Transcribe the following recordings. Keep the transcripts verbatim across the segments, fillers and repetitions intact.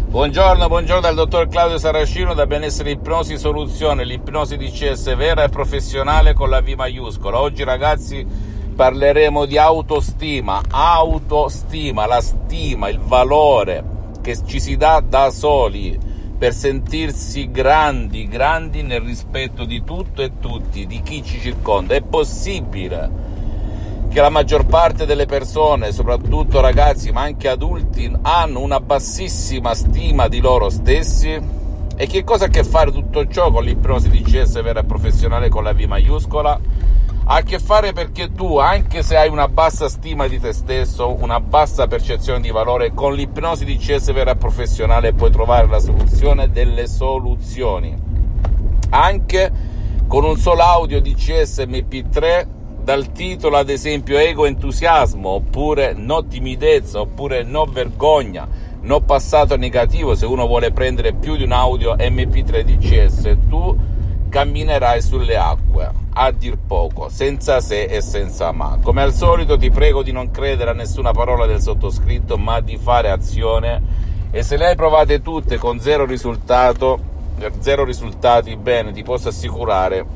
Buongiorno, buongiorno dal dottor Claudio Saracino da Benessere Ipnosi Soluzione, l'ipnosi D C S vera e professionale con la V maiuscola. Oggi ragazzi parleremo di autostima, autostima, la stima, il valore che ci si dà da soli per sentirsi grandi, grandi nel rispetto di tutto e tutti, di chi ci circonda. È possibile che la maggior parte delle persone, soprattutto ragazzi ma anche adulti, hanno una bassissima stima di loro stessi? E che cosa ha a che fare tutto ciò con l'ipnosi D C S vera e professionale con la V maiuscola? Ha a che fare perché tu, anche se hai una bassa stima di te stesso, una bassa percezione di valore, con l'ipnosi D C S vera e professionale puoi trovare la soluzione delle soluzioni. Anche con un solo audio D C S M P tre dal titolo ad esempio ego entusiasmo, oppure no timidezza, oppure no vergogna, no passato negativo. Se uno vuole prendere più di un audio M P tre D C S, tu camminerai sulle acque, a dir poco, senza se e senza ma. Come al solito ti prego di non credere a nessuna parola del sottoscritto, ma di fare azione, e se le hai provate tutte con zero risultato, zero risultati, bene, ti posso assicurare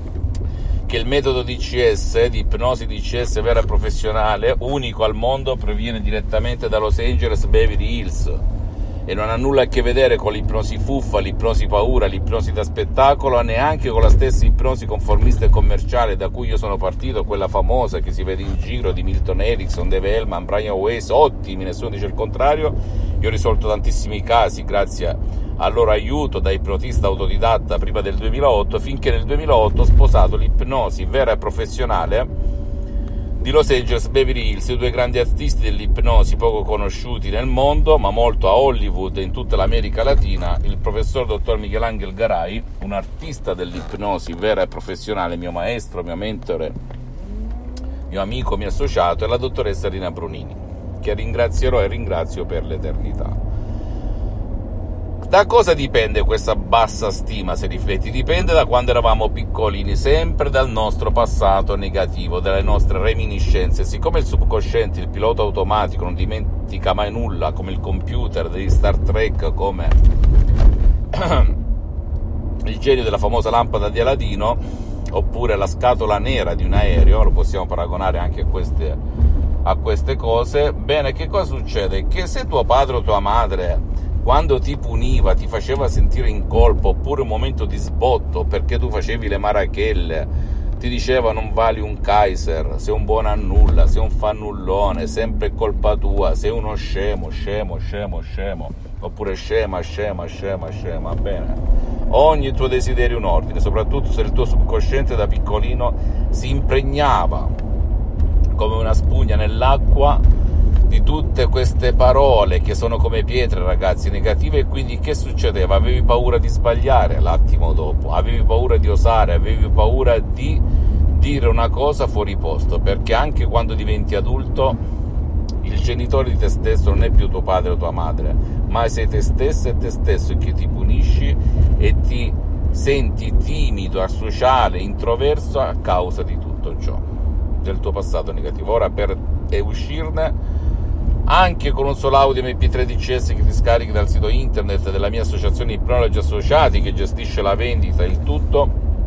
che il metodo D C S, di ipnosi D C S vera e professionale, unico al mondo, proviene direttamente da Los Angeles Beverly Hills e non ha nulla a che vedere con l'ipnosi fuffa, l'ipnosi paura, l'ipnosi da spettacolo, neanche con la stessa ipnosi conformista e commerciale da cui io sono partito, quella famosa che si vede in giro di Milton Erickson, Dave Hellman, Brian Weiss, ottimi, nessuno dice il contrario. Io ho risolto tantissimi casi grazie al loro aiuto da ipnotista autodidatta prima del duemilaotto, finché nel duemilaotto ho sposato l'ipnosi vera e professionale di Los Angeles Beverly Hills, due grandi artisti dell'ipnosi poco conosciuti nel mondo, ma molto a Hollywood e in tutta l'America Latina, il professor dottor Michelangelo Garay, un artista dell'ipnosi vera e professionale, mio maestro, mio mentore, mio amico, mio associato, e la dottoressa Rina Brunini, che ringrazierò e ringrazio per l'eternità. Da cosa dipende questa bassa stima, se rifletti? Dipende da quando eravamo piccolini, sempre dal nostro passato negativo, dalle nostre reminiscenze. Siccome il subconsciente, il pilota automatico, non dimentica mai nulla, come il computer degli Star Trek, come il genio della famosa lampada di Aladino, oppure la scatola nera di un aereo, lo possiamo paragonare anche a queste, a queste cose. Bene, che cosa succede? Che se tuo padre o tua madre, quando ti puniva, ti faceva sentire in colpa, oppure un momento di sbotto perché tu facevi le marachelle, ti diceva non vali un Kaiser, sei un buono a nulla, sei un fannullone, sempre colpa tua, sei uno scemo, scemo, scemo, scemo, oppure scema, scema, scema, scema, bene. Ogni tuo desiderio un ordine, soprattutto se il tuo subconsciente da piccolino si impregnava come una spugna nell'acqua di tutte queste parole che sono come pietre, ragazzi, negative. E quindi che succedeva? Avevi paura di sbagliare l'attimo dopo, avevi paura di osare, avevi paura di dire una cosa fuori posto, perché anche quando diventi adulto il genitore di te stesso non è più tuo padre o tua madre, ma sei te stesso e te stesso che ti punisci e ti senti timido, asociale, introverso a causa di tutto ciò, del tuo passato negativo. Ora, per uscirne, anche con un solo audio M P tre D C S che ti scarichi dal sito internet della mia associazione Ipnologi Associati, che gestisce la vendita e il tutto,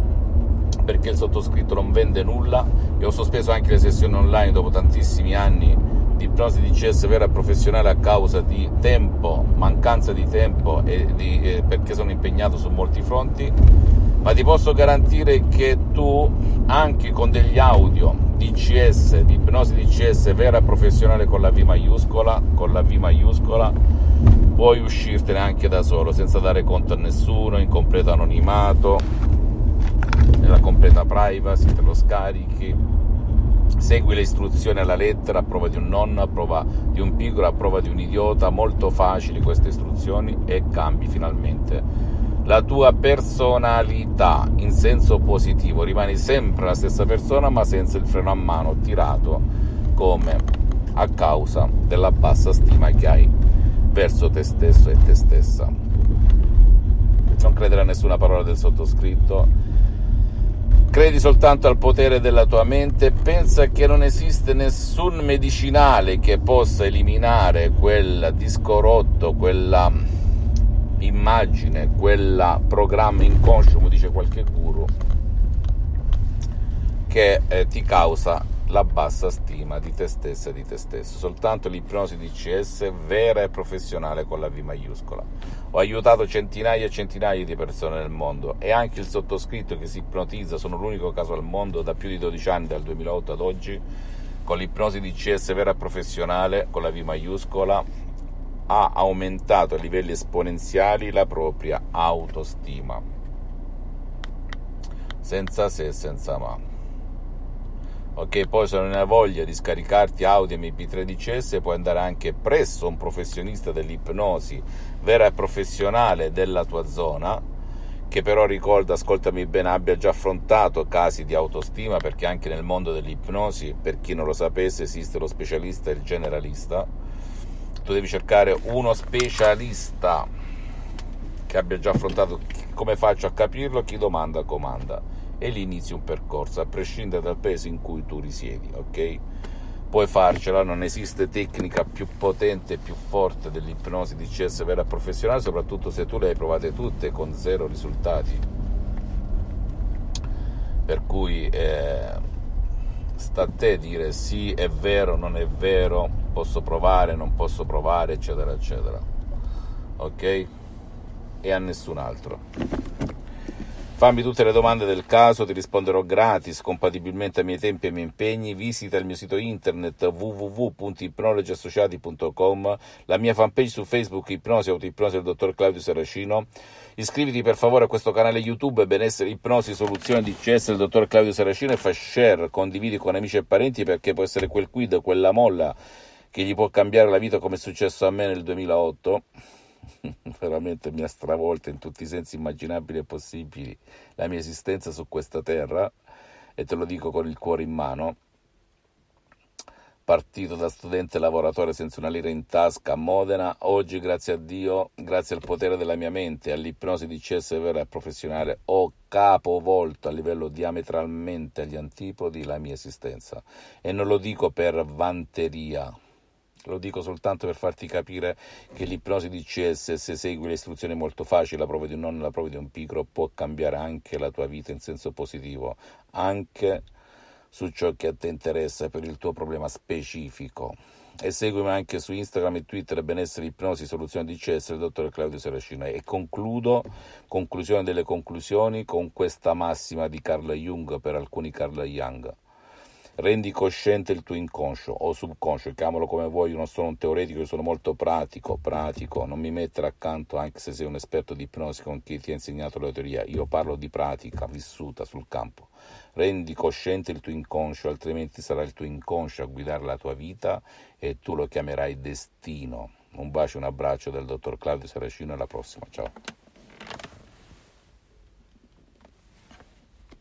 perché il sottoscritto non vende nulla, e ho sospeso anche le sessioni online dopo tantissimi anni di ipnosi D C S vera e professionale a causa di tempo, mancanza di tempo e di, eh, perché sono impegnato su molti fronti. Ma ti posso garantire che tu, anche con degli audio D C S, di ipnosi D C S vera e professionale con la V maiuscola, con la V maiuscola, puoi uscirtene anche da solo, senza dare conto a nessuno, in completo anonimato, nella completa privacy. Te lo scarichi, segui le istruzioni alla lettera, a prova di un nonno, a prova di un piccolo, a prova di un idiota, molto facili queste istruzioni, e cambi finalmente la tua personalità in senso positivo. Rimani sempre la stessa persona, ma senza il freno a mano tirato, come a causa della bassa stima che hai verso te stesso e te stessa. Non credere a nessuna parola del sottoscritto, credi soltanto al potere della tua mente. Pensa che non esiste nessun medicinale che possa eliminare quel disco rotto, quella immagine, quel programma inconscio, come dice qualche guru, che eh, ti causa la bassa stima di te stessa e di te stesso. Soltanto l'ipnosi D C S vera e professionale con la V maiuscola. Ho aiutato centinaia e centinaia di persone nel mondo, e anche il sottoscritto, che si ipnotizza, sono l'unico caso al mondo da più di dodici anni, dal duemilaotto ad oggi, con l'ipnosi D C S vera e professionale con la V maiuscola, ha aumentato a livelli esponenziali la propria autostima, senza se e senza ma. Ok, poi se non hai voglia di scaricarti audio M P tre D C S, puoi andare anche presso un professionista dell'ipnosi vera e professionale della tua zona, che però, ricorda, ascoltami bene, abbia già affrontato casi di autostima, perché anche nel mondo dell'ipnosi, per chi non lo sapesse, esiste lo specialista e il generalista. Tu devi cercare uno specialista che abbia già affrontato. Come faccio a capirlo? Chi domanda comanda, e lì inizi un percorso, a prescindere dal paese in cui tu risiedi, ok? Puoi farcela, non esiste tecnica più potente e più forte dell'ipnosi D C S vera e professionale, soprattutto se tu le hai provate tutte con zero risultati. Per cui eh, sta a te dire sì, è vero, non è vero, posso provare, non posso provare, eccetera, eccetera, ok? E a nessun altro. Fammi tutte le domande del caso, ti risponderò gratis, compatibilmente ai miei tempi e ai miei impegni. Visita il mio sito internet w w w punto ipnologi associati punto com, la mia fanpage su Facebook, Ipnosi Autoipnosi del dottor Claudio Saracino. Iscriviti per favore a questo canale YouTube, Benessere Ipnosi Soluzione D C S del dottor Claudio Saracino, e fa share, condividi con amici e parenti, perché può essere quel quid, quella molla che gli può cambiare la vita, come è successo a me nel duemilaotto. Veramente mi ha stravolto in tutti i sensi immaginabili e possibili la mia esistenza su questa terra, e te lo dico con il cuore in mano. Partito da studente lavoratore senza una lira in tasca a Modena, oggi, grazie a Dio, grazie al potere della mia mente e all'ipnosi D C S vera e professionale, ho capovolto a livello diametralmente agli antipodi la mia esistenza, e non lo dico per vanteria. Lo dico soltanto per farti capire che l'ipnosi D C S, se segui le istruzioni molto facili, la prova di un nonno e la prova di un pigro, può cambiare anche la tua vita in senso positivo, anche su ciò che a te interessa per il tuo problema specifico. E seguimi anche su Instagram e Twitter, Benessere Ipnosi Soluzione D C S del dottor Claudio Saracino. E concludo, conclusione delle conclusioni, con questa massima di Carl Jung, per alcuni Carl Jung. Rendi cosciente il tuo inconscio o subconscio, chiamalo come vuoi. Io non sono un teoretico, io sono molto pratico, pratico, non mi mettere accanto anche se sei un esperto di ipnosi con chi ti ha insegnato la teoria. Io parlo di pratica vissuta sul campo. Rendi cosciente il tuo inconscio, altrimenti sarà il tuo inconscio a guidare la tua vita e tu lo chiamerai destino. Un bacio, un abbraccio dal dottor Claudio Saracino, alla prossima, ciao.